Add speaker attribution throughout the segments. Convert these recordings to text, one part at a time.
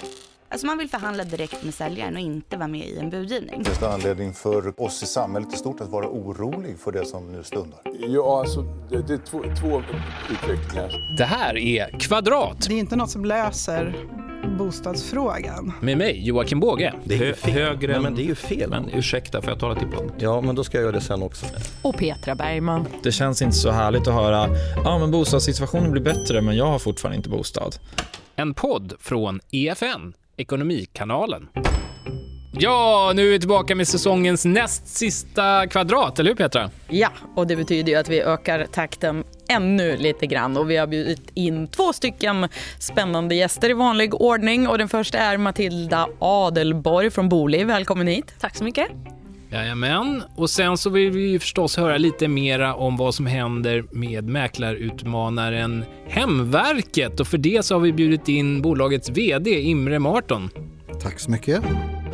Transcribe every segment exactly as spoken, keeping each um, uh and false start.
Speaker 1: Alltså man vill förhandla direkt med säljaren och inte vara med i en budgivning.
Speaker 2: Finns det anledning för oss i samhället i stort att vara orolig för det som nu stundar?
Speaker 3: Ja, alltså det, det är två, två utvecklingar.
Speaker 4: Det här är Kvadrat.
Speaker 5: Det är inte något som löser bostadsfrågan.
Speaker 4: Med mig, Joakim Båge.
Speaker 6: Det är ju fel.
Speaker 4: Högre...
Speaker 6: Nej, men det är ju fel.
Speaker 4: Men ursäkta, för jag talar till punkt.
Speaker 6: Ja, men då ska jag göra det sen också.
Speaker 7: Och Petra Bergman.
Speaker 8: Det känns inte så härligt att höra ja, men bostadssituationen blir bättre, men jag har fortfarande inte bostad.
Speaker 4: En podd från E F N, Ekonomikanalen. Ja, nu är vi tillbaka med säsongens näst sista kvadrat, eller hur Petra?
Speaker 7: Ja, och det betyder ju att vi ökar takten ännu lite grann. Och vi har bjudit in två stycken spännande gäster i vanlig ordning. Och den första är Matilda Adelborg från Booli. Välkommen hit.
Speaker 9: Tack så mycket.
Speaker 4: Jajamän, och sen så vill vi förstås höra lite mera om vad som händer med mäklarutmanaren Hemverket. Och för det så har vi bjudit in bolagets vd Imre Marton.
Speaker 10: Tack så mycket.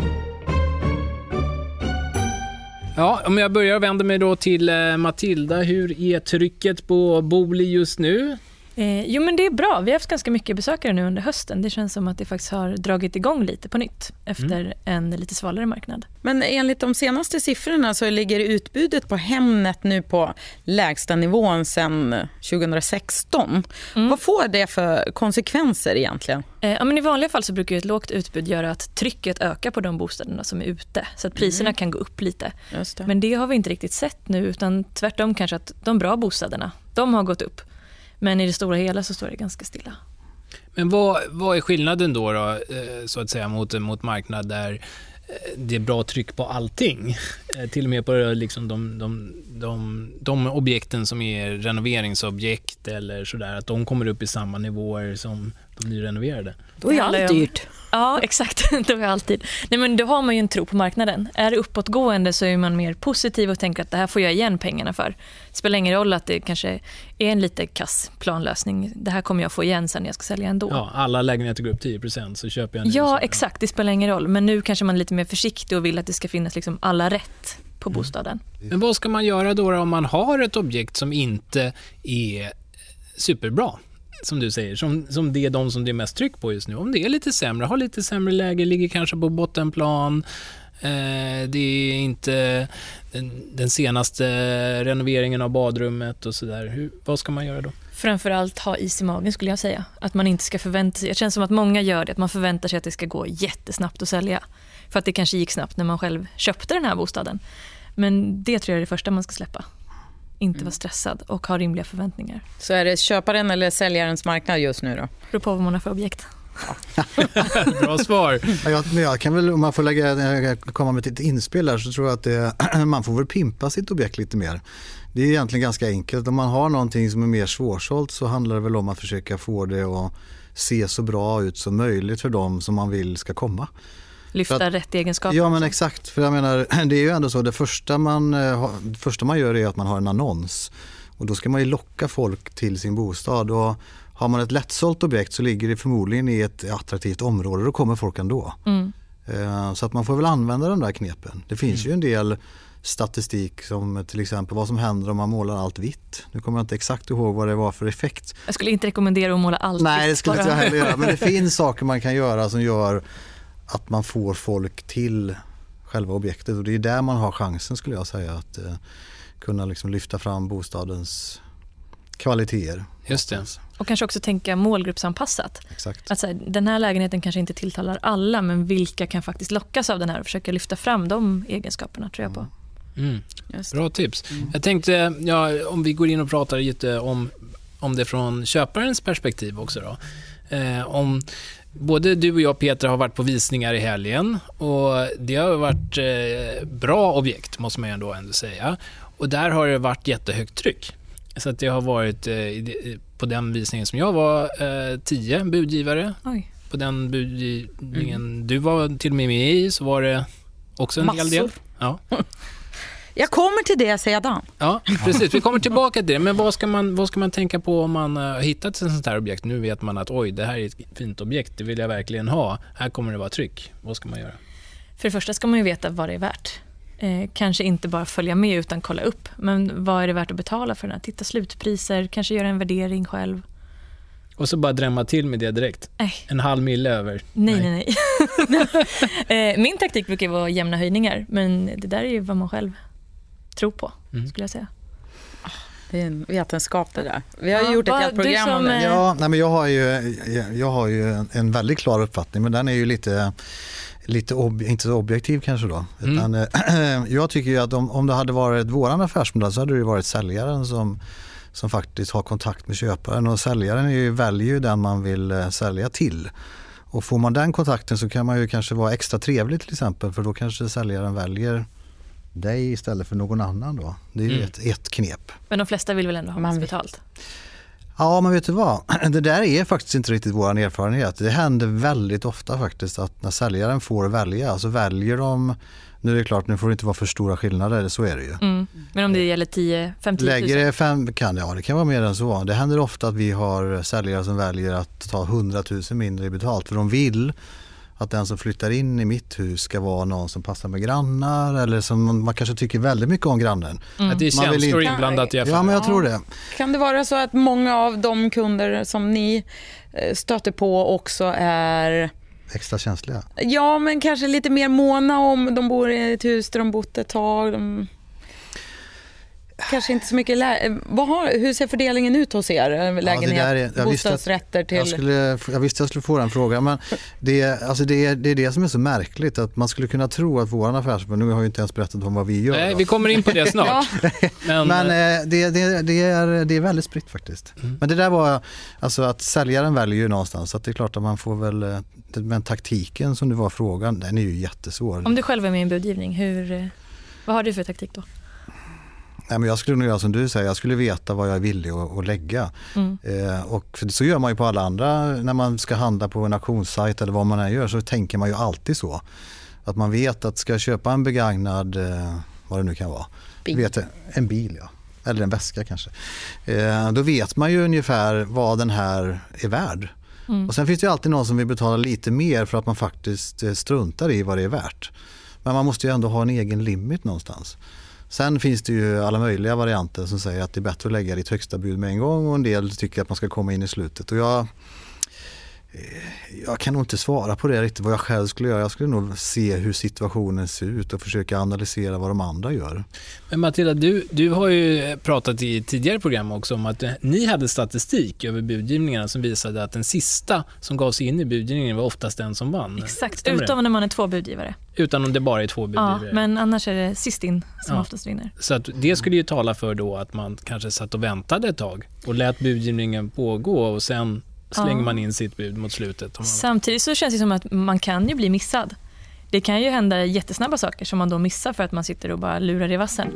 Speaker 4: Ja, om jag börjar vända mig då till Matilda. Hur är trycket på Booli just nu?
Speaker 9: Eh, jo men det är bra. Vi har haft ganska mycket besökare nu under hösten. Det känns som att det faktiskt har dragit igång lite på nytt efter mm. en lite svalare marknad.
Speaker 7: Men enligt de senaste siffrorna så ligger utbudet på Hemnet nu på lägsta nivån sedan tjugohundrasexton. Mm. Vad får det för konsekvenser egentligen?
Speaker 9: Eh, ja, men i vanliga fall så brukar ju ett lågt utbud göra att trycket ökar på de bostäderna som är ute. Så att priserna mm. kan gå upp lite.
Speaker 7: Just det.
Speaker 9: Men det har vi inte riktigt sett nu, utan tvärtom kanske att de bra bostäderna, de har gått upp. Men i det stora hela så står det ganska stilla.
Speaker 4: Men vad, vad är skillnaden då, då så att säga mot, mot marknad där det är bra tryck på allting? Till och med på liksom de, de, de, de objekten som är renoveringsobjekt eller sådär, att de kommer upp i samma nivåer som de blir renoverade.
Speaker 7: Då är allt dyrt.
Speaker 9: Ja, exakt. Det är alltid. Nej, men då har man ju en tro på marknaden. Är det uppåtgående så är man mer positiv och tänker att det här får jag igen pengarna för. Det spelar ingen roll att det kanske är en lite kass planlösning. Det här kommer jag få igen sen när jag ska sälja ändå.
Speaker 4: Ja, alla lägenheter går upp tio procent så köper jag en.
Speaker 9: Ja, exakt. Det spelar ingen roll. Men nu kanske man är lite mer försiktig och vill att det ska finnas liksom alla rätt på bostaden.
Speaker 4: Mm. Men vad ska man göra då om man har ett objekt som inte är superbra? Som du säger, som, som det är de som det är mest tryck på just nu. Om det är lite sämre, har lite sämre läge, ligger kanske på bottenplan, eh, det är inte den, den senaste renoveringen av badrummet och sådär. Vad ska man göra då?
Speaker 9: Framförallt ha is i magen skulle jag säga. Att man inte ska förvänta sig, det känns som att många gör det, att man förväntar sig att det ska gå jättesnabbt att sälja. För att det kanske gick snabbt när man själv köpte den här bostaden. Men det tror jag är det första man ska släppa. Inte vara stressad och ha rimliga förväntningar.
Speaker 7: Så är det köparen eller säljarens marknad just nu då?
Speaker 9: Beror på vad man har för objekt.
Speaker 4: Ja. Bra svar.
Speaker 10: Jag, jag kan väl, om man får lägga, komma med ett inspel där, så tror jag att det, man får väl pimpa sitt objekt lite mer. Det är egentligen ganska enkelt. Om man har någonting som är mer svårsålt så handlar det väl om att försöka få det att se så bra ut som möjligt för dem som man vill ska komma.
Speaker 9: Lyfta
Speaker 10: att,
Speaker 9: rätt egenskaper.
Speaker 10: Ja, men exakt. För jag menar, det är ju ändå så, det första man, det första man gör är att man har en annons. Och då ska man ju locka folk till sin bostad. Och har man ett lättsålt objekt så ligger det förmodligen i ett attraktivt område. Då kommer folk ändå. Mm. Så att man får väl använda de där knepen. Det finns mm. ju en del statistik som till exempel vad som händer om man målar allt vitt. Nu kommer jag inte exakt ihåg vad det var för effekt.
Speaker 9: Jag skulle inte rekommendera att måla allt
Speaker 10: Nej,
Speaker 9: vitt.
Speaker 10: Nej, det skulle inte jag heller göra. Men det finns saker man kan göra som gör att man får folk till själva objektet. Och det är där man har chansen, skulle jag säga, att eh, kunna liksom lyfta fram bostadens kvaliteter.
Speaker 4: Just det.
Speaker 9: Och kanske också tänka målgruppsanpassat.
Speaker 10: Exakt.
Speaker 9: Att så här, den här lägenheten kanske inte tilltalar alla, men vilka kan faktiskt lockas av den här och försöka lyfta fram de egenskaperna, tror jag på.
Speaker 4: Mm. Bra tips. Mm. Jag tänkte, ja, om vi går in och pratar lite om, om det från köparens perspektiv också då. Eh, om både du och jag, Petra, har varit på visningar i helgen och det har varit eh, bra objekt, måste man ändå ändå säga. Och där har det varit jättehögt tryck. Så att det har varit eh, på den visningen som jag var eh, tio budgivare. Oj. På den budgivningen mm. du var till och med med i så var det också en
Speaker 7: Massor.
Speaker 4: hel del. Ja.
Speaker 7: Jag kommer till det sedan.
Speaker 4: Ja, precis. Vi kommer tillbaka till det. Men vad ska man, vad ska man tänka på om man har hittat ett sånt här objekt? Nu vet man att oj, det här är ett fint objekt. Det vill jag verkligen ha. Här kommer det vara tryck. Vad ska man göra?
Speaker 9: För det första ska man ju veta vad det är värt. Eh, kanske inte bara följa med utan kolla upp. Men vad är det värt att betala för den här? Titta slutpriser, kanske göra en värdering själv.
Speaker 4: Och så bara drämma till med det direkt.
Speaker 9: Nej.
Speaker 4: En halv mille över.
Speaker 9: Nej, nej, nej. eh, min taktik brukar vara jämna höjningar, men det där är ju vad man själv tror på, mm. skulle jag säga.
Speaker 7: Det är en vetenskap det där. Vi har ju
Speaker 9: ja,
Speaker 7: gjort ett helt program om det.
Speaker 10: Ja, nej, men jag har ju, jag, jag har ju en, en väldigt klar uppfattning, men den är ju lite, lite ob, inte så objektiv kanske då. Mm. Utan, äh, jag tycker ju att om, om det hade varit våran affärsmodell så hade det varit säljaren som, som faktiskt har kontakt med köparen. Och säljaren är ju, väljer ju den man vill äh, sälja till. Och får man den kontakten så kan man ju kanske vara extra trevlig till exempel, för då kanske säljaren väljer dig istället för någon annan då. Det är ju mm. ett, ett knep.
Speaker 9: Men de flesta vill väl ändå ha man betalt?
Speaker 10: Ja, men vet du vad? Det där är faktiskt inte riktigt vår erfarenhet. Det händer väldigt ofta faktiskt att när säljaren får välja så väljer de, nu är det klart, nu får det inte vara för stora skillnader, så är det ju. Mm.
Speaker 9: Men om det gäller tio fem till tusen?
Speaker 10: Lägger det fem, kan det, ja, det kan vara mer än så. Det händer ofta att vi har säljare som väljer att ta hundratusen mindre i betalt, för de vill att den som flyttar in i mitt hus ska vara någon som passar med grannar eller som man, man kanske tycker väldigt mycket om grannen.
Speaker 4: Mm. Att det är känslor inte inblandat i affären.
Speaker 10: Ja, men jag tror det.
Speaker 7: Kan det vara så att många av de kunder som ni stöter på också är
Speaker 10: extra känsliga?
Speaker 7: Ja, men kanske lite mer måna om de bor i ett hus där de bott ett tag. De kanske inte så mycket lä- Vad har, hur ser fördelningen ut hos er? Lägenhet, ja, är, jag bostadsrätter till...
Speaker 10: Jag, skulle, jag visste jag skulle få den frågan, men det, alltså det, är, det är det som är så märkligt, att man skulle kunna tro att vår affärsmän, nu har ju inte ens berättat om vad vi gör.
Speaker 4: Nej, vi kommer in på det snart.
Speaker 10: ja. Men, men det, det, det, är, det är väldigt spritt faktiskt. Mm. Men det där var, alltså att säljaren väljer ju någonstans, så att det är klart att man får väl, men taktiken som det var frågan, den är ju jättesvår.
Speaker 9: Om du själv är med i en budgivning, hur, vad har du för taktik då?
Speaker 10: Nej, men jag skulle nog göra som du säger, jag skulle veta vad jag är villig att, att lägga. Mm. Eh, och så gör man ju på alla andra, när man ska handla på en auktionssajt eller vad man än gör, så tänker man ju alltid så. Att man vet att ska jag köpa en begagnad, eh, vad det nu kan vara, bil. Vet, en bil ja, eller en väska kanske. Eh, då vet man ju ungefär vad den här är värd. Mm. Och sen finns det ju alltid någon som vill betala lite mer för att man faktiskt struntar i vad det är värt. Men man måste ju ändå ha en egen limit någonstans. Sen finns det ju alla möjliga varianter som säger att det är bättre att lägga ditt högsta bud med en gång, och en del tycker att man ska komma in i slutet. Och jag, jag kan nog inte svara på det riktigt vad jag själv skulle göra. Jag skulle nog se hur situationen ser ut och försöka analysera vad de andra gör.
Speaker 4: Men Matilda, du, du har ju pratat i tidigare program också om att ni hade statistik över budgivningarna som visade att den sista som gav sig in i budgivningen var oftast den som vann.
Speaker 9: Exakt, stämmer utom det? När man är två budgivare.
Speaker 4: Utan om det bara är två budgivare.
Speaker 9: Ja, men annars är det sist in som ja. oftast vinner.
Speaker 4: Så att det skulle ju tala för då att man kanske satt och väntade ett tag och lät budgivningen pågå och sen slänger ja. man in sitt bud mot slutet.
Speaker 9: Samtidigt så känns det som att man kan ju bli missad. Det kan ju hända jättesnabba saker som man då missar för att man sitter och bara lurar i vassen.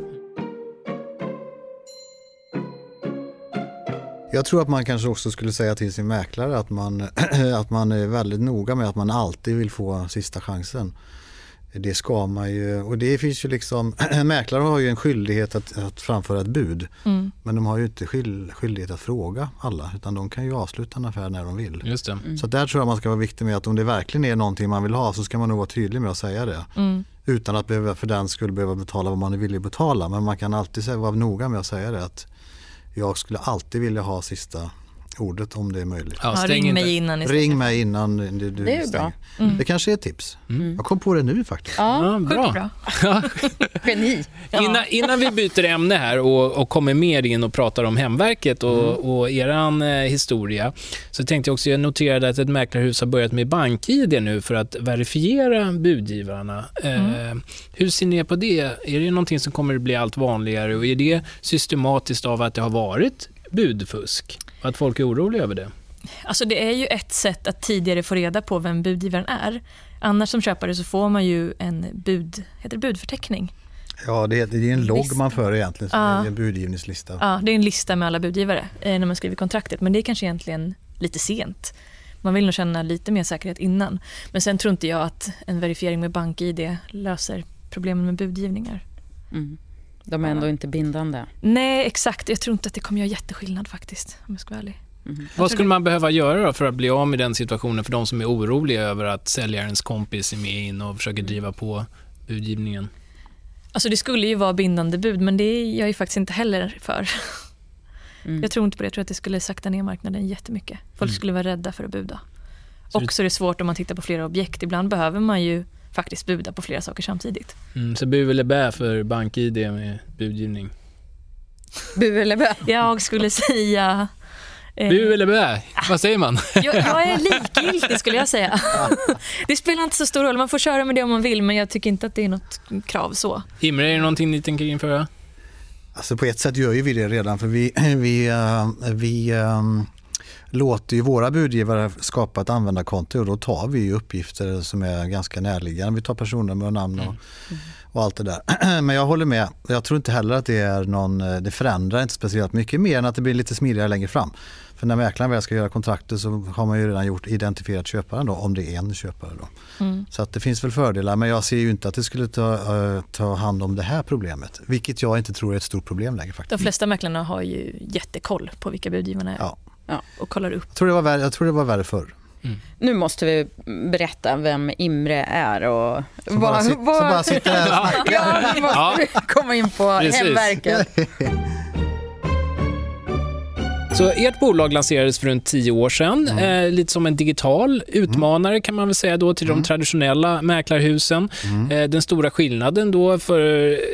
Speaker 10: Jag tror att man kanske också skulle säga till sin mäklare att man, att man är väldigt noga med att man alltid vill få sista chansen. Det ska man ju, och det finns ju liksom, mäklare har ju en skyldighet att, att framföra ett bud, mm. men de har ju inte skyld, skyldighet att fråga alla, utan de kan ju avsluta en affär när de vill.
Speaker 4: Just det.
Speaker 10: Mm. Så där tror jag man ska vara viktig med att om det verkligen är någonting man vill ha, så ska man nog vara tydlig med att säga det. Mm. Utan att behöva, för den skulle behöva betala vad man är villig betala, men man kan alltid säga, vara noga med att säga det, att jag skulle alltid vilja ha sista ordet om det är möjligt.
Speaker 9: Ja, ja, ring mig innan.
Speaker 10: Ring mig innan du, du
Speaker 7: det är bra.
Speaker 10: Mm. Det kanske är ett tips. Mm. Jag kom på det nu faktiskt.
Speaker 4: Ja, ja bra.
Speaker 9: bra.
Speaker 7: Geni.
Speaker 4: Ja. Innan, innan vi byter ämne här och, och kommer mer in och pratar om hemverket och, mm. och eran eh, historia, så tänkte jag också, jag noterade att ett mäklarhus har börjat med bank-I D nu för att verifiera budgivarna. Mm. Eh, hur ser ni på det? Är det någonting som kommer att bli allt vanligare, och är det systematiskt av att det har varit budfusk? Att folk är oroliga över det?
Speaker 9: Alltså det är ju ett sätt att tidigare få reda på vem budgivaren är. Annars som köpare så får man ju en bud, heter det budförteckning?
Speaker 10: Ja, det är, det är en logg lista. Man för egentligen, som
Speaker 9: ja.
Speaker 10: är en budgivningslista.
Speaker 9: Ja, det är en lista med alla budgivare eh, när man skriver kontraktet. Men det är kanske egentligen lite sent. Man vill nog känna lite mer säkerhet innan. Men sen tror inte jag att en verifiering med bank-I D löser problemen med budgivningar.
Speaker 7: Mm. De är ändå ja. inte bindande.
Speaker 9: Nej, exakt. Jag tror inte att det kommer göra jätteskillnad faktiskt, om jag ska vara ärlig.
Speaker 4: Mm. Vad skulle man behöva göra då för att bli av med den situationen för de som är oroliga över att säljarens kompis är med in och försöker driva på budgivningen?
Speaker 9: Alltså det skulle ju vara bindande bud, men det är jag ju faktiskt inte heller för. Mm. Jag tror inte på det. Jag tror att det skulle sakta ner marknaden jättemycket. Folk mm. skulle vara rädda för att buda. Så och så är det svårt om man tittar på flera objekt. Ibland behöver man ju faktiskt buda på flera saker samtidigt.
Speaker 4: Mm, så bu eller bä för bank-I D med budgivning?
Speaker 7: Bu eller bä?
Speaker 9: Jag skulle säga...
Speaker 4: Eh, bu eller bä? Vad säger man?
Speaker 9: jag, jag är likgiltig skulle jag säga. Det spelar inte så stor roll. Man får köra med det om man vill, men jag tycker inte att det är något krav så.
Speaker 4: Imre, är det någonting ni tänker införa?
Speaker 10: Alltså på ett sätt gör ju vi det redan, för vi, vi, uh, vi um, låter ju våra budgivare skapa ett användarkonto och då tar vi ju uppgifter som är ganska närliggande. Vi tar personnummer och namn och, mm. och allt det där. Men jag håller med. Jag tror inte heller att det är någon, det förändrar inte speciellt mycket mer än att det blir lite smidigare längre fram. För när mäklaren väl ska göra kontraktet så har man ju redan gjort identifierat köparen då, om det är en köpare då. Mm. Så att det finns väl fördelar, men jag ser ju inte att det skulle ta, uh, ta hand om det här problemet. Vilket jag inte tror är ett stort problem längre faktiskt.
Speaker 9: De flesta mäklarna har ju jättekoll på vilka budgivarna är.
Speaker 10: Ja.
Speaker 9: Ja, och kollar upp.
Speaker 10: Jag tror det var värre, jag tror det var värre förr.
Speaker 7: Mm. Nu måste vi berätta vem Imre är och
Speaker 10: så bara, vad, sit, vad... Så bara sitter här och snackar.
Speaker 7: Ja, vi måste ja. komma in på Precis. hemverket.
Speaker 4: Så ert bolag lanserades för runt tio år sedan, mm. eh, lite som en digital utmanare kan man väl säga då till mm. de traditionella mäklarhusen. Mm. Eh, den stora skillnaden då för eh,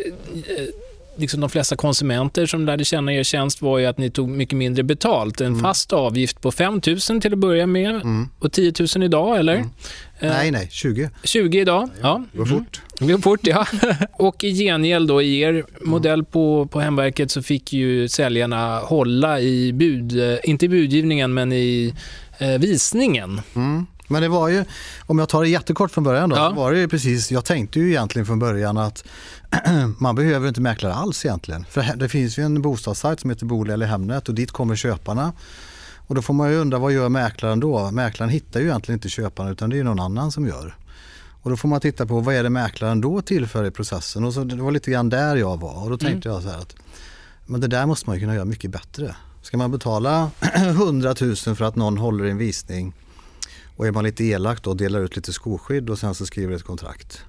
Speaker 4: liksom de flesta konsumenter som lärde känna er tjänst var ju att ni tog mycket mindre betalt. En mm. fast avgift på fem tusen till att börja med mm. och tio tusen idag, eller? Mm.
Speaker 10: Eh, nej, nej, tjugo.
Speaker 4: tjugo idag, ja.
Speaker 10: Det går fort.
Speaker 4: Det går fort, ja. Och i gengäld då i er modell på, på hemverket så fick ju säljarna hålla i bud, inte i budgivningen men i eh, visningen.
Speaker 10: Mm. Men det var ju, om jag tar det jättekort från början då, ja. var det ju precis, jag tänkte ju egentligen från början att man behöver inte mäklare alls egentligen. För det finns ju en bostadssajt som heter Bolig eller Hemnet och dit kommer köparna. Och då får man ju undra, vad gör mäklaren då? Mäklaren hittar ju egentligen inte köparna utan det är någon annan som gör. Och då får man titta på vad är det mäklaren då tillför i processen. Och så, det var lite grann där jag var. Och då tänkte mm. jag så här att men det där måste man ju kunna göra mycket bättre. Ska man betala hundratusen för att någon håller en visning och är man lite elak då delar ut lite skoskydd och sen så skriver ett kontrakt.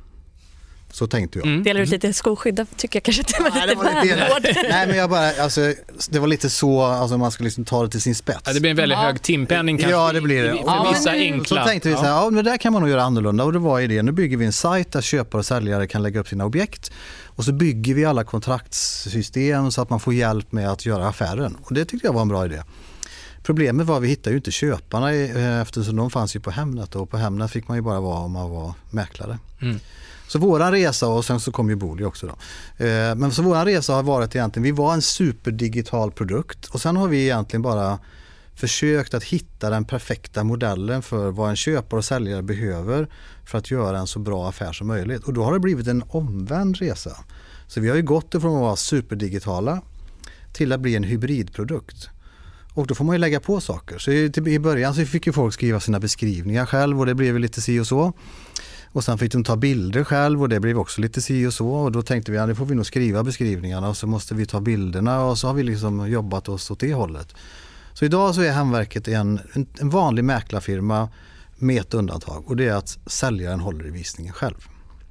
Speaker 10: Så tänkte jag.
Speaker 9: Mm. Delar ut lite skoskydd, tycker jag kanske inte var lite, var lite väl.
Speaker 10: Nej, men jag bara, alltså, det var lite så, alltså man ska liksom ta det till sin spets.
Speaker 4: Ja, det blir en väldigt ja. hög timpenning kanske.
Speaker 10: Ja, det blir det.
Speaker 4: För ja, vissa
Speaker 10: men,
Speaker 4: enkla.
Speaker 10: Så tänkte vi så här, ja, men det där kan man nog göra annorlunda. Och det var idén, nu bygger vi en sajt där köpare och säljare kan lägga upp sina objekt. Och så bygger vi alla kontraktssystem så att man får hjälp med att göra affären. Och det tyckte jag var en bra idé. Problemet var att vi hittade ju inte köparna eftersom de fanns ju på Hemnet. Och på Hemnet fick man ju bara vara om man var mäklare. Mm. Så våran resa, och sen så kom ju Bolig också då. Eh, men så våran resa har varit egentligen, vi var en superdigital produkt och sen har vi egentligen bara försökt att hitta den perfekta modellen för vad en köpare och säljare behöver för att göra en så bra affär som möjligt. Och då har det blivit en omvänd resa. Så vi har ju gått ifrån att vara superdigitala till att bli en hybridprodukt. Och då får man ju lägga på saker. Så i början så fick ju folk skriva sina beskrivningar själv och det blev lite si och så. Och sen fick de ta bilder själv och det blev också lite si och så. Och då tänkte vi att ja, det får vi nog skriva beskrivningarna och så måste vi ta bilderna och så har vi liksom jobbat oss åt det hållet. Så idag så är Hemverket en, en vanlig mäklarfirma med ett undantag och det är att säljaren håller i visningen själv.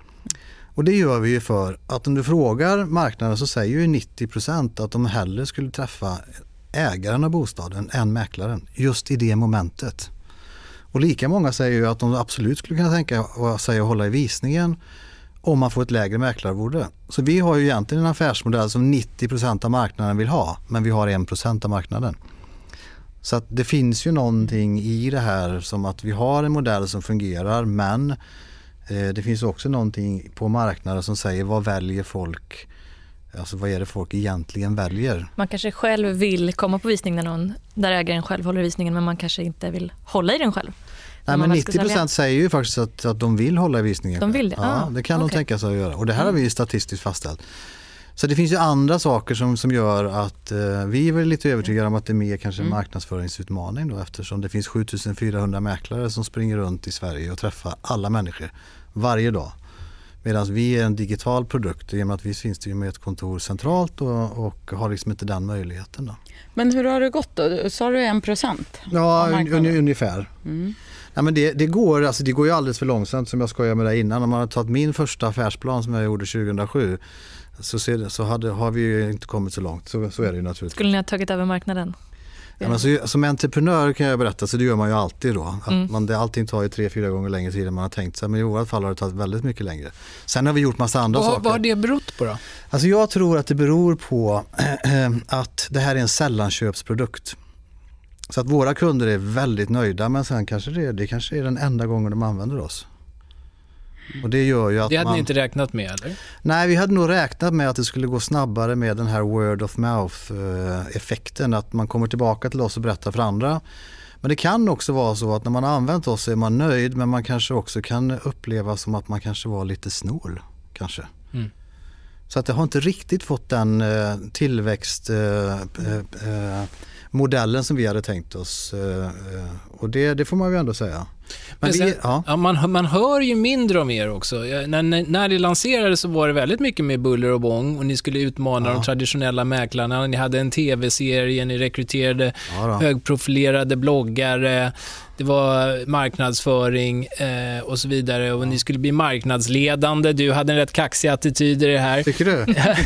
Speaker 10: Och det gör vi ju för att om du frågar marknaden så säger ju nittio procent att de hellre skulle träffa ägaren av bostaden än mäklaren just i det momentet. Och lika många säger ju att de absolut skulle kunna tänka sig att hålla i visningen om man får ett lägre mäklararvode. Så vi har ju egentligen en affärsmodell som nittio procent av marknaden vill ha, men vi har en procent av marknaden. Så att det finns ju någonting i det här som att vi har en modell som fungerar, men eh, det finns också någonting på marknaden som säger vad väljer folk. Alltså vad är det folk egentligen väljer?
Speaker 9: Man kanske själv vill komma på visning när någon, där ägaren själv håller visningen men man kanske inte vill hålla i den själv.
Speaker 10: Nej, men nittio procent säger ju faktiskt att, att de vill hålla i visningen.
Speaker 9: De vill det?
Speaker 10: Ja,
Speaker 9: ah,
Speaker 10: det kan
Speaker 9: okay.
Speaker 10: de tänka sig att göra. Och det här har vi statistiskt fastställt. Så det finns ju andra saker som, som gör att eh, vi är väl lite övertygade om att det är mer kanske en mm. marknadsföringsutmaning då, eftersom det finns sjutusen fyrahundra mäklare som springer runt i Sverige och träffar alla människor varje dag. Medan vi är en digital produkt genom att vi finns det ju med ett kontor centralt och, och har liksom inte den möjligheten då.
Speaker 7: Men hur har det gått då? Sa du en procent?
Speaker 10: Ja, un, un, ungefär.
Speaker 7: Mm.
Speaker 10: Ja, men det, det, går, alltså det går ju alldeles för långsamt som jag skojade med det innan. Om man har tagit min första affärsplan som jag gjorde tjugohundrasju så, ser, så hade, har vi ju inte kommit så långt. Så, så är det ju naturligtvis.
Speaker 9: Skulle ni ha tagit över marknaden?
Speaker 10: Ja, men så, som entreprenör kan jag berätta, så det gör man ju alltid då. Att
Speaker 9: Mm.
Speaker 10: man, det, allting tar ju tre, fyra gånger längre tid än man har tänkt sig. Men i vårt fall har det tagit väldigt mycket längre. Sen har vi gjort massa andra
Speaker 4: Vad,
Speaker 10: saker.
Speaker 4: vad har det berott på då?
Speaker 10: Alltså jag tror att det beror på att det här är en sällanköpsprodukt. Så att våra kunder är väldigt nöjda, men sen kanske det, det kanske är den enda gången de använder oss. Och det gör ju att
Speaker 4: Det hade
Speaker 10: man...
Speaker 4: ni inte räknat med, eller?
Speaker 10: Nej, vi hade nog räknat med att det skulle gå snabbare med den här word of mouth-effekten. Att man kommer tillbaka till oss och berättar för andra. Men det kan också vara så att när man har använt oss är man nöjd, men man kanske också kan uppleva som att man kanske var lite snål. Kanske.
Speaker 4: Mm.
Speaker 10: Så att det har inte riktigt fått den eh, tillväxt... Eh, eh, modellen som vi hade tänkt oss. Och det, det får man ju ändå säga. Men
Speaker 4: sen,
Speaker 10: vi, ja.
Speaker 4: Ja, man, man hör ju mindre om er också. När, när, när det lanserades så var det väldigt mycket med buller och bång och ni skulle utmana
Speaker 10: Ja.
Speaker 4: de traditionella mäklarna. Ni hade en tv-serie, ni rekryterade
Speaker 10: Ja då.
Speaker 4: högprofilerade bloggare, det var marknadsföring eh, och så vidare. Och ni skulle bli marknadsledande. Du hade en rätt kaxig attityd i det här.
Speaker 10: Tycker du?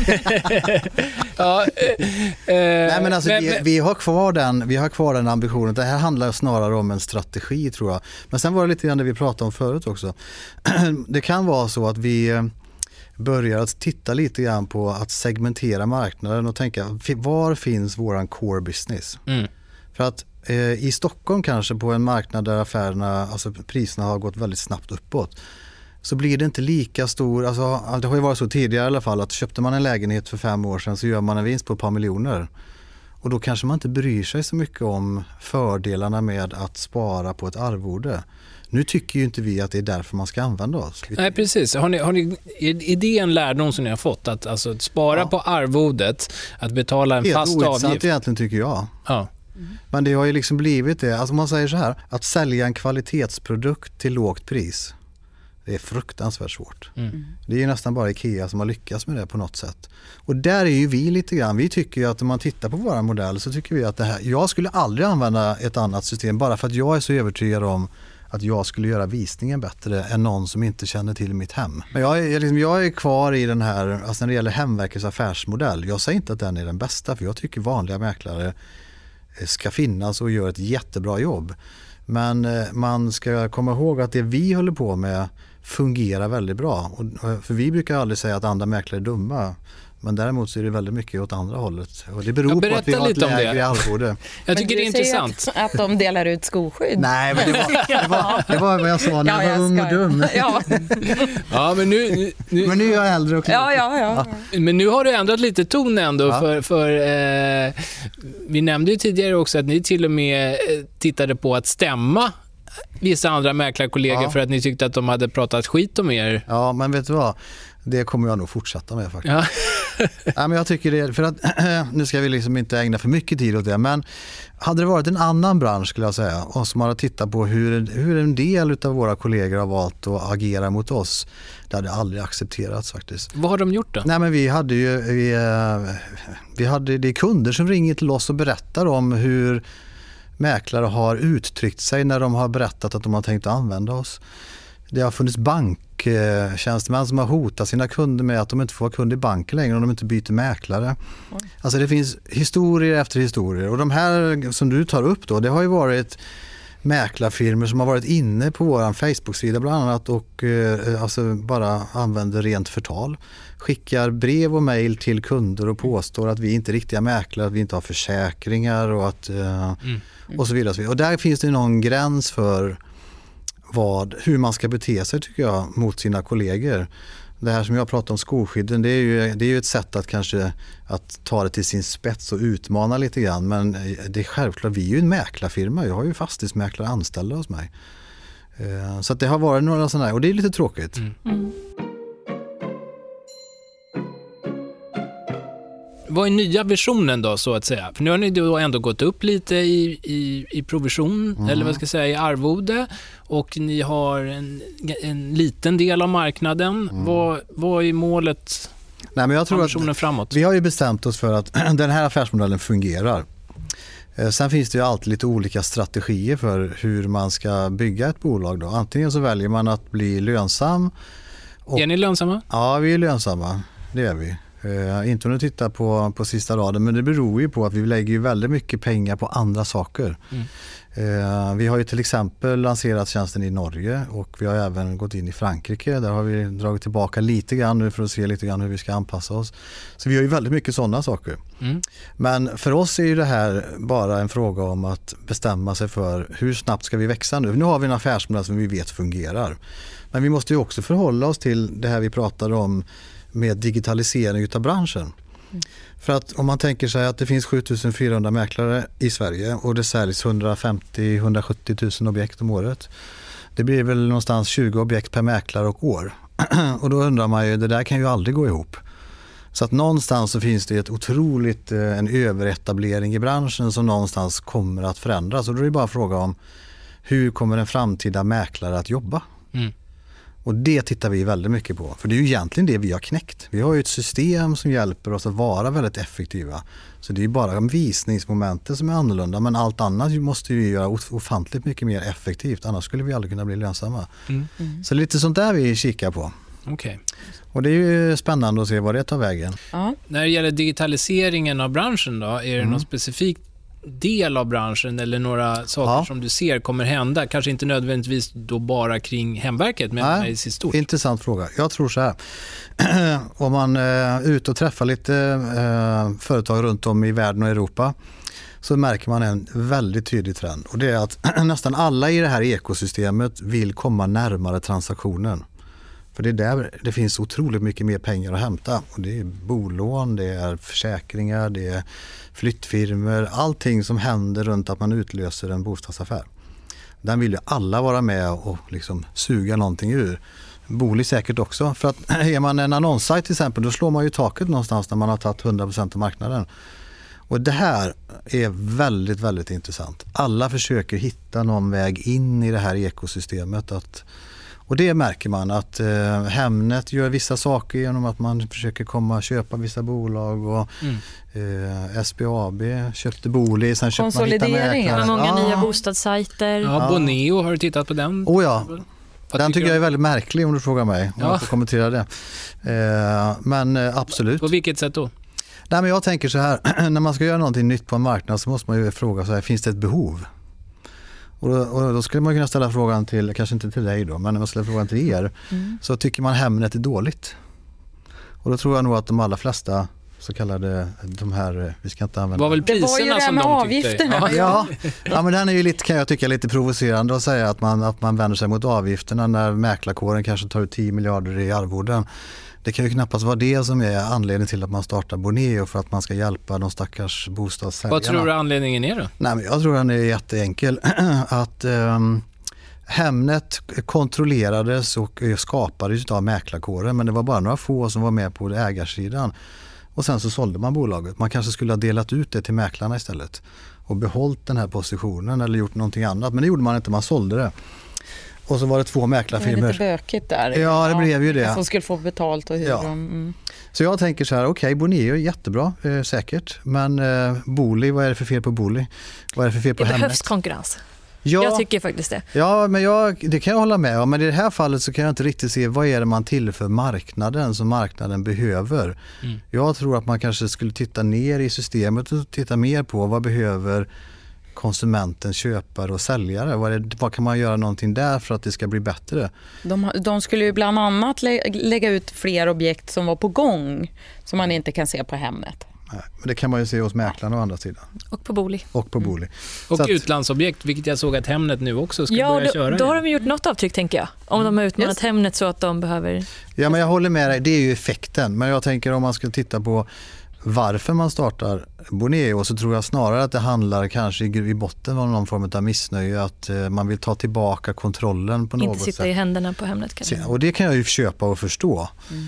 Speaker 4: ja, eh,
Speaker 10: Nej, men alltså,
Speaker 4: men,
Speaker 10: vi, vi, har kvar den, vi har kvar den ambitionen. Det här handlar snarare om en strategi, tror jag. Men sen var det lite grann det vi pratade om förut också. Det kan vara så att vi börjar att titta lite grann på att segmentera marknaden och tänka, var finns våran core business?
Speaker 4: Mm.
Speaker 10: För att eh, i Stockholm kanske, på en marknad där affärerna, alltså priserna har gått väldigt snabbt uppåt, så blir det inte lika stor, alltså det har ju varit så tidigare i alla fall, att köpte man en lägenhet för fem år sedan så gör man en vinst på ett par miljoner. Och då kanske man inte bryr sig så mycket om fördelarna med att spara på ett arvode. Nu tycker ju inte vi att det är därför man ska använda oss.
Speaker 4: Nej, precis. Har ni, har ni, är det en lärdom som ni har fått? Att alltså, att spara
Speaker 10: Ja.
Speaker 4: på arvodet, att betala en
Speaker 10: Helt
Speaker 4: fast
Speaker 10: ointressant
Speaker 4: avgift?
Speaker 10: egentligen, tycker jag.
Speaker 4: Ja.
Speaker 10: Men det har ju liksom blivit det. Alltså man säger så här, att sälja en kvalitetsprodukt till lågt pris, det är fruktansvärt svårt.
Speaker 4: Mm.
Speaker 10: Det är ju nästan bara IKEA som har lyckats med det på något sätt. Och där är ju vi lite grann, vi tycker ju att om man tittar på våra modell så tycker vi att det här, jag skulle aldrig använda ett annat system bara för att jag är så övertygad om att jag skulle göra visningen bättre än någon som inte känner till mitt hem. Men jag är, liksom, jag är kvar i den här, alltså när det gäller Hemverkets affärsmodell, jag säger inte att den är den bästa, för jag tycker vanliga mäklare ska finnas och gör ett jättebra jobb. Men man ska komma ihåg att det vi håller på med fungerar väldigt bra. Och, för vi brukar aldrig säga att andra mäklare är dumma. Men däremot så är det väldigt mycket åt andra hållet. Och det beror på att vi har ett lägre arvode.
Speaker 4: Jag tycker
Speaker 7: men
Speaker 4: det är intressant.
Speaker 7: Att, att de delar ut skoskydd.
Speaker 10: Nej, men det var, det var, det var vad jag sa när
Speaker 7: Ja,
Speaker 10: jag var
Speaker 7: jag
Speaker 10: ung och
Speaker 7: ska-
Speaker 10: dum.
Speaker 7: Ja.
Speaker 4: Ja, men nu, nu,
Speaker 10: Men nu är jag äldre och klok.
Speaker 7: Ja, ja, ja.
Speaker 4: men nu har du ändrat lite ton ändå.
Speaker 10: Ja.
Speaker 4: För, för eh, vi nämnde ju tidigare också att ni till och med eh, tittade på att stämma vissa andra mäklarkollegor
Speaker 10: Ja.
Speaker 4: för att ni tyckte att de hade pratat skit om er.
Speaker 10: Ja, men vet du vad? Det kommer jag nog fortsätta med faktiskt.
Speaker 4: Ja.
Speaker 10: Ja, men jag tycker det, för att nu ska vi liksom inte ägna för mycket tid åt det, men hade det varit en annan bransch skulle jag säga, och som hade tittat på hur, hur en del av våra kollegor har valt att agera mot oss, det hade aldrig accepterats faktiskt.
Speaker 4: Vad har de gjort då?
Speaker 10: Nej, men vi hade ju vi, eh, vi hade, det är kunder som ringer till oss och berättar om hur mäklare har uttryckt sig när de har berättat att de har tänkt att använda oss. Det har funnits banktjänstemän som har hotat sina kunder med att de inte får vara kund i banken längre om de inte byter mäklare. Oj. Alltså det finns historier efter historier, och de här som du tar upp då, det har ju varit mäklarfirmor som har varit inne på vår Facebook-sida bland annat och eh, alltså bara använder rent förtal. Skickar brev och mejl till kunder och påstår att vi inte är riktiga mäklare, att vi inte har försäkringar och, att, eh, mm. och så vidare. Och där finns det någon gräns för vad, hur man ska bete sig, tycker jag, mot sina kollegor. Det här som jag pratar om, skoskydden, det är ju, det är ju ett sätt att kanske att ta det till sin spets och utmana lite grann. Men det är självklart, vi är ju en mäklarfirma. Jag har ju fastighetsmäklare anställda hos mig. Så att det har varit några sådana här, och det är lite tråkigt. Mm. Mm.
Speaker 4: Vad är nya visionen då, så att säga? För nu har ni då ändå gått upp lite i, i, i provision, mm. eller vad ska jag säga, i arvode, och ni har en, en liten del av marknaden. Mm. Vad, vad är målet?
Speaker 10: Nej, men jag tror att
Speaker 4: framåt?
Speaker 10: Vi har ju bestämt oss för att den här affärsmodellen fungerar. Sen finns det ju alltid lite olika strategier för hur man ska bygga ett bolag då. Antingen så väljer man att bli lönsam. Och,
Speaker 4: är ni lönsamma?
Speaker 10: Ja, vi är lönsamma. Det är vi. Uh, inte om du tittar på, på sista raden, men det beror ju på att vi lägger ju väldigt mycket pengar på andra saker. Mm. Uh, vi har ju till exempel lanserat tjänsten i Norge och vi har även gått in i Frankrike. Där har vi dragit tillbaka lite grann nu för att se lite grann hur vi ska anpassa oss. Så vi har ju väldigt mycket sådana saker. Mm. Men för oss är ju det här bara en fråga om att bestämma sig för hur snabbt ska vi växa nu. Nu har vi en affärsmodell som vi vet fungerar. Men vi måste ju också förhålla oss till det här vi pratade om med digitalisering utav branschen. Mm. För att om man tänker sig att det finns sjutusen fyrahundra mäklare i Sverige och det säljs hundrafemtio till hundrasjuttio tusen objekt om året. Det blir väl någonstans tjugo objekt per mäklare och år. Och då undrar man ju, det där kan ju aldrig gå ihop. Så att någonstans så finns det ett otroligt, en överetablering i branschen som någonstans kommer att förändras. Och då är det bara fråga om hur kommer en framtida mäklare att jobba? Mm. Och det tittar vi väldigt mycket på. För det är ju egentligen det vi har knäckt. Vi har ju ett system som hjälper oss att vara väldigt effektiva. Så det är ju bara visningsmomentet som är annorlunda. Men allt annat måste vi göra ofantligt mycket mer effektivt. Annars skulle vi aldrig kunna bli lönsamma. Mm. Mm. Så lite sånt där vi kikar på.
Speaker 4: Okay.
Speaker 10: Och det är ju spännande att se vad det tar vägen.
Speaker 4: Ja. När det gäller digitaliseringen av branschen då, är det mm. något specifikt del av branschen eller några saker ja. som du ser kommer hända? Kanske inte nödvändigtvis då bara kring hemverket, men Nej, i sitt stort.
Speaker 10: Intressant fråga. Jag tror så här. Om man är ute och träffar lite eh, företag runt om i världen och Europa så märker man en väldigt tydlig trend. Och det är att nästan alla i det här ekosystemet vill komma närmare transaktionen. För det är där det finns otroligt mycket mer pengar att hämta. Och det är bolån, det är försäkringar, det är flyttfirmor. Allting som händer runt att man utlöser en bostadsaffär. Den vill ju alla vara med och liksom suga någonting ur. Bolig säkert också. För att är man en annonssajt till exempel, då slår man ju taket någonstans när man har tagit hundra procent av marknaden. Och det här är väldigt, väldigt intressant. Alla försöker hitta någon väg in i det här ekosystemet att... Och det märker man att eh, Hemnet gör vissa saker genom att man försöker komma och köpa vissa bolag och mm. eh, S B A B köpte Bolig, sen köpte man hitta mäklare.
Speaker 9: Många
Speaker 10: ja.
Speaker 9: nya bostadssajter.
Speaker 4: Ja, Boneo, har du tittat på den?
Speaker 10: Oh ja, Vad den tycker jag är väldigt märklig om du frågar mig. Om ja. jag får kommentera det. Eh, men eh, absolut.
Speaker 4: På vilket sätt då?
Speaker 10: Nej, men jag tänker så här, när man ska göra någonting nytt på en marknad så måste man ju fråga så här, finns det ett behov? Och då, och då skulle man kunna ställa frågan till, kanske inte till dig då, men när man ställer frågan till er mm. så tycker man Hemnet är dåligt. Och då tror jag nog att de allra flesta så kallade de här, vi ska inte använda...
Speaker 4: Var väl priserna det var ju det
Speaker 7: som
Speaker 4: med
Speaker 7: de avgifterna.
Speaker 10: Ja, ja, men den är ju lite, kan jag tycka, lite provocerande att säga att man, att man vänder sig mot avgifterna när mäklarkåren kanske tar ut tio miljarder i arvoden. Det kan ju knappast vara det som är anledningen till att man startar Boneo, för att man ska hjälpa de stackars bostadssäljarna.
Speaker 4: Vad tror du anledningen är då?
Speaker 10: Nej, men jag tror den är jätteenkel. att um, Hemnet kontrollerades och skapades av mäklarkåren, men det var bara några få som var med på ägarsidan. Och sen så sålde man bolaget. Man kanske skulle ha delat ut det till mäklarna istället och behållit den här positionen eller gjort någonting annat. Men det gjorde man inte, man sålde det. Och så var det två mäklarfirmor.
Speaker 7: Det är lite bökigt där.
Speaker 10: Ja, det blev ju det.
Speaker 7: Som skulle få betalt och hur ja. de... Mm.
Speaker 10: Så jag tänker så här, okej, okay, Boneo är jättebra, eh, säkert. Men eh, Bolig, vad är det för fel på Bolig? Vad är det för fel på Hemnet?
Speaker 9: Det behövs konkurrens.
Speaker 10: Ja,
Speaker 9: jag tycker faktiskt det.
Speaker 10: Ja, men jag, det kan jag hålla med om. Men i det här fallet så kan jag inte riktigt se vad är det man tillför marknaden som marknaden behöver. Mm. Jag tror att man kanske skulle titta ner i systemet och titta mer på vad behöver konsumenten, köpare och säljare. Vad, är, vad kan man göra någonting där för att det ska bli bättre?
Speaker 7: De, de skulle ju bland annat lä- lägga ut fler objekt som var på gång som man inte kan se på Hemnet.
Speaker 10: Nej, men det kan man ju se hos mäklarna å andra sidan.
Speaker 9: Och på Bolig.
Speaker 10: Och på Bolig.
Speaker 4: Mm. Och att, utlandsobjekt, vilket jag såg att Hemnet nu också ska
Speaker 9: ja,
Speaker 4: börja
Speaker 9: då,
Speaker 4: köra.
Speaker 9: Ja, då har de gjort något avtryck, tänker jag. Om mm. de har utmanat yes. Hemnet så att de behöver...
Speaker 10: Ja, men jag håller med dig. Det är ju effekten. Men jag tänker om man skulle titta på varför man startar Boneo, så tror jag snarare att det handlar kanske i botten om någon form av missnöje, att man vill ta tillbaka kontrollen på något sätt.
Speaker 9: Inte sitta
Speaker 10: sätt.
Speaker 9: i händerna på Hemnet kanske.
Speaker 10: Och det kan jag ju köpa och förstå.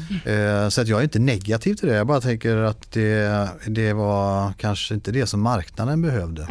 Speaker 10: Mm. Så att jag är inte negativ till det. Jag bara tänker att det, det var kanske inte det som marknaden behövde.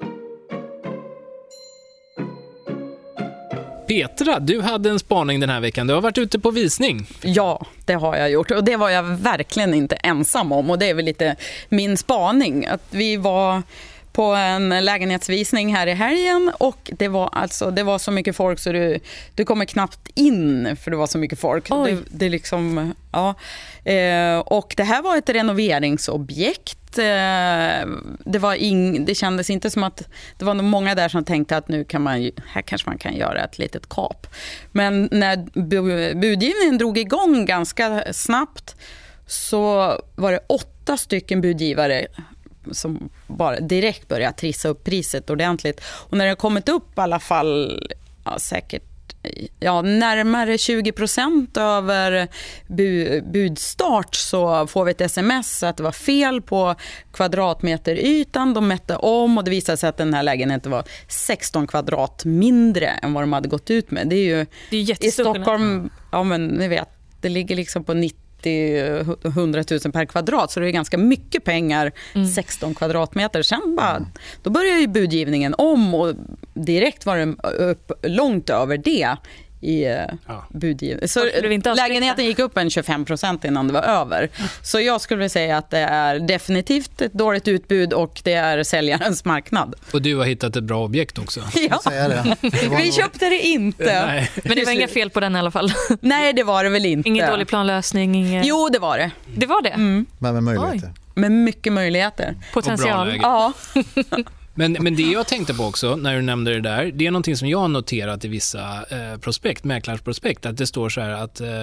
Speaker 4: Petra, du hade en spaning den här veckan. Du har varit ute på visning.
Speaker 7: Ja, det har jag gjort. Och det var jag verkligen inte ensam om. Och det är väl lite min spaning. Att vi var på en lägenhetsvisning här i helgen och det var alltså det var så mycket folk så du du kommer knappt in för det var så mycket folk. Det, det är liksom ja eh, och det här var ett renoveringsobjekt. Eh, det var ing, det kändes inte som att det var nog många där som tänkte att nu kan man här kanske man kan göra ett litet kap. Men när budgivningen drog igång ganska snabbt så var det åtta stycken budgivare som bara direkt började trissa upp priset ordentligt. Och när det har kommit upp i alla fall ja, säkert ja, närmare tjugo procent över bu- budstart så får vi ett sms att det var fel på kvadratmeter ytan. De mätte om och det visade sig att den här lägenheten var sexton kvadrat mindre än vad de hade gått ut med. Det är ju
Speaker 9: det är
Speaker 7: i Stockholm, ja men ni vet, det ligger liksom på nittio till hundra tusen per kvadrat så det är ganska mycket pengar, mm. sexton kvadratmeter. Sen bara, då börjar ju budgivningen om och direkt var den upp långt över det i ja. budgivningen. Så lägenheten gick upp en tjugofem procent innan det var över. Så jag skulle vilja säga att det är definitivt ett dåligt utbud och det är säljarens marknad.
Speaker 4: Och du har hittat ett bra objekt också.
Speaker 7: Ja.
Speaker 10: Det. Det
Speaker 7: Vi köpte det inte.
Speaker 4: Nej.
Speaker 9: Men det var inga fel på den i alla fall.
Speaker 7: Nej, det var det väl inte.
Speaker 9: Ingen dålig planlösning. Inga...
Speaker 7: Jo, det var det.
Speaker 9: Det var det?
Speaker 7: Mm.
Speaker 10: Men med möjligheter.
Speaker 7: Oj. Med mycket möjligheter.
Speaker 9: Potential.
Speaker 7: Ja.
Speaker 4: Men, men det jag tänkte på också när du nämnde det där, det är någonting som jag har noterat i vissa eh, prospekt, mäklarsprospekt, att det står så här att eh,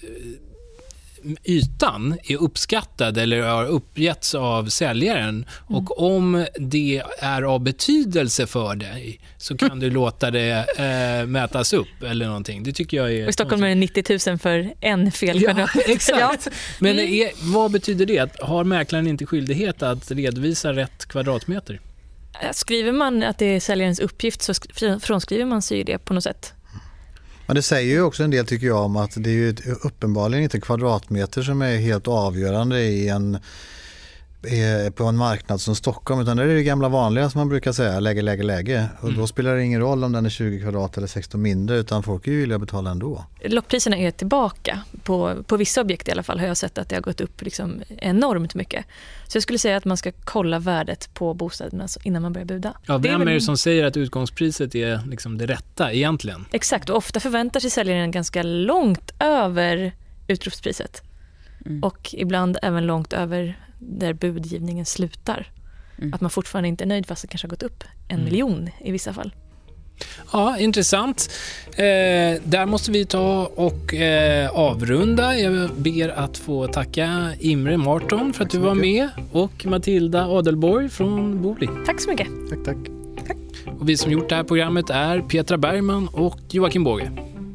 Speaker 4: ytan är uppskattad eller har uppgetts av säljaren mm. och om det är av betydelse för dig så kan du låta det eh, mätas upp eller någonting. Det tycker jag är...
Speaker 9: Och i Stockholm är det nittio tusen för en fel.
Speaker 4: Ja, exakt. Men är, vad betyder det? Att har mäklaren inte skyldighet att redovisa rätt kvadratmeter?
Speaker 9: Skriver man att det är säljarens uppgift så frånskriver man sig det på något sätt.
Speaker 10: Men det säger ju också en del tycker jag om att det är ju uppenbarligen inte kvadratmeter som är helt avgörande i en, på en marknad som Stockholm utan det är det gamla vanliga som man brukar säga, läge, läge, läge. Och mm. då spelar det ingen roll om den är tjugo kvadrat eller sexton mindre utan folk är ju villiga att betala ändå.
Speaker 9: Lockpriserna är tillbaka. På, på vissa objekt i alla fall har jag sett att det har gått upp liksom enormt mycket. Så jag skulle säga att man ska kolla värdet på bostäderna innan man börjar buda.
Speaker 4: Ja, vem
Speaker 9: det är, väl...
Speaker 4: är det som säger att utgångspriset är liksom det rätta egentligen?
Speaker 9: Exakt, och ofta förväntar sig säljaren ganska långt över utropspriset. Mm. Och ibland även långt över där budgivningen slutar. Mm. Att man fortfarande inte är nöjd fast det kanske har gått upp en mm. miljon i vissa fall.
Speaker 4: Ja, intressant. Eh, där måste vi ta och eh, avrunda. Jag ber att få tacka Imre Marton för att du var med och Matilda Adelborg från Booli.
Speaker 9: Tack så mycket.
Speaker 10: Tack, tack.
Speaker 9: tack.
Speaker 4: Och vi som gjort det här programmet är Petra Bergman och Joakim Båge.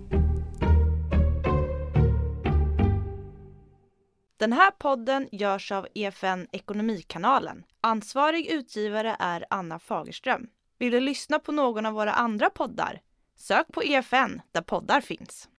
Speaker 1: Den här podden görs av E F N Ekonomikanalen. Ansvarig utgivare är Anna Fagerström. Vill du lyssna på någon av våra andra poddar? Sök på E F N där poddar finns.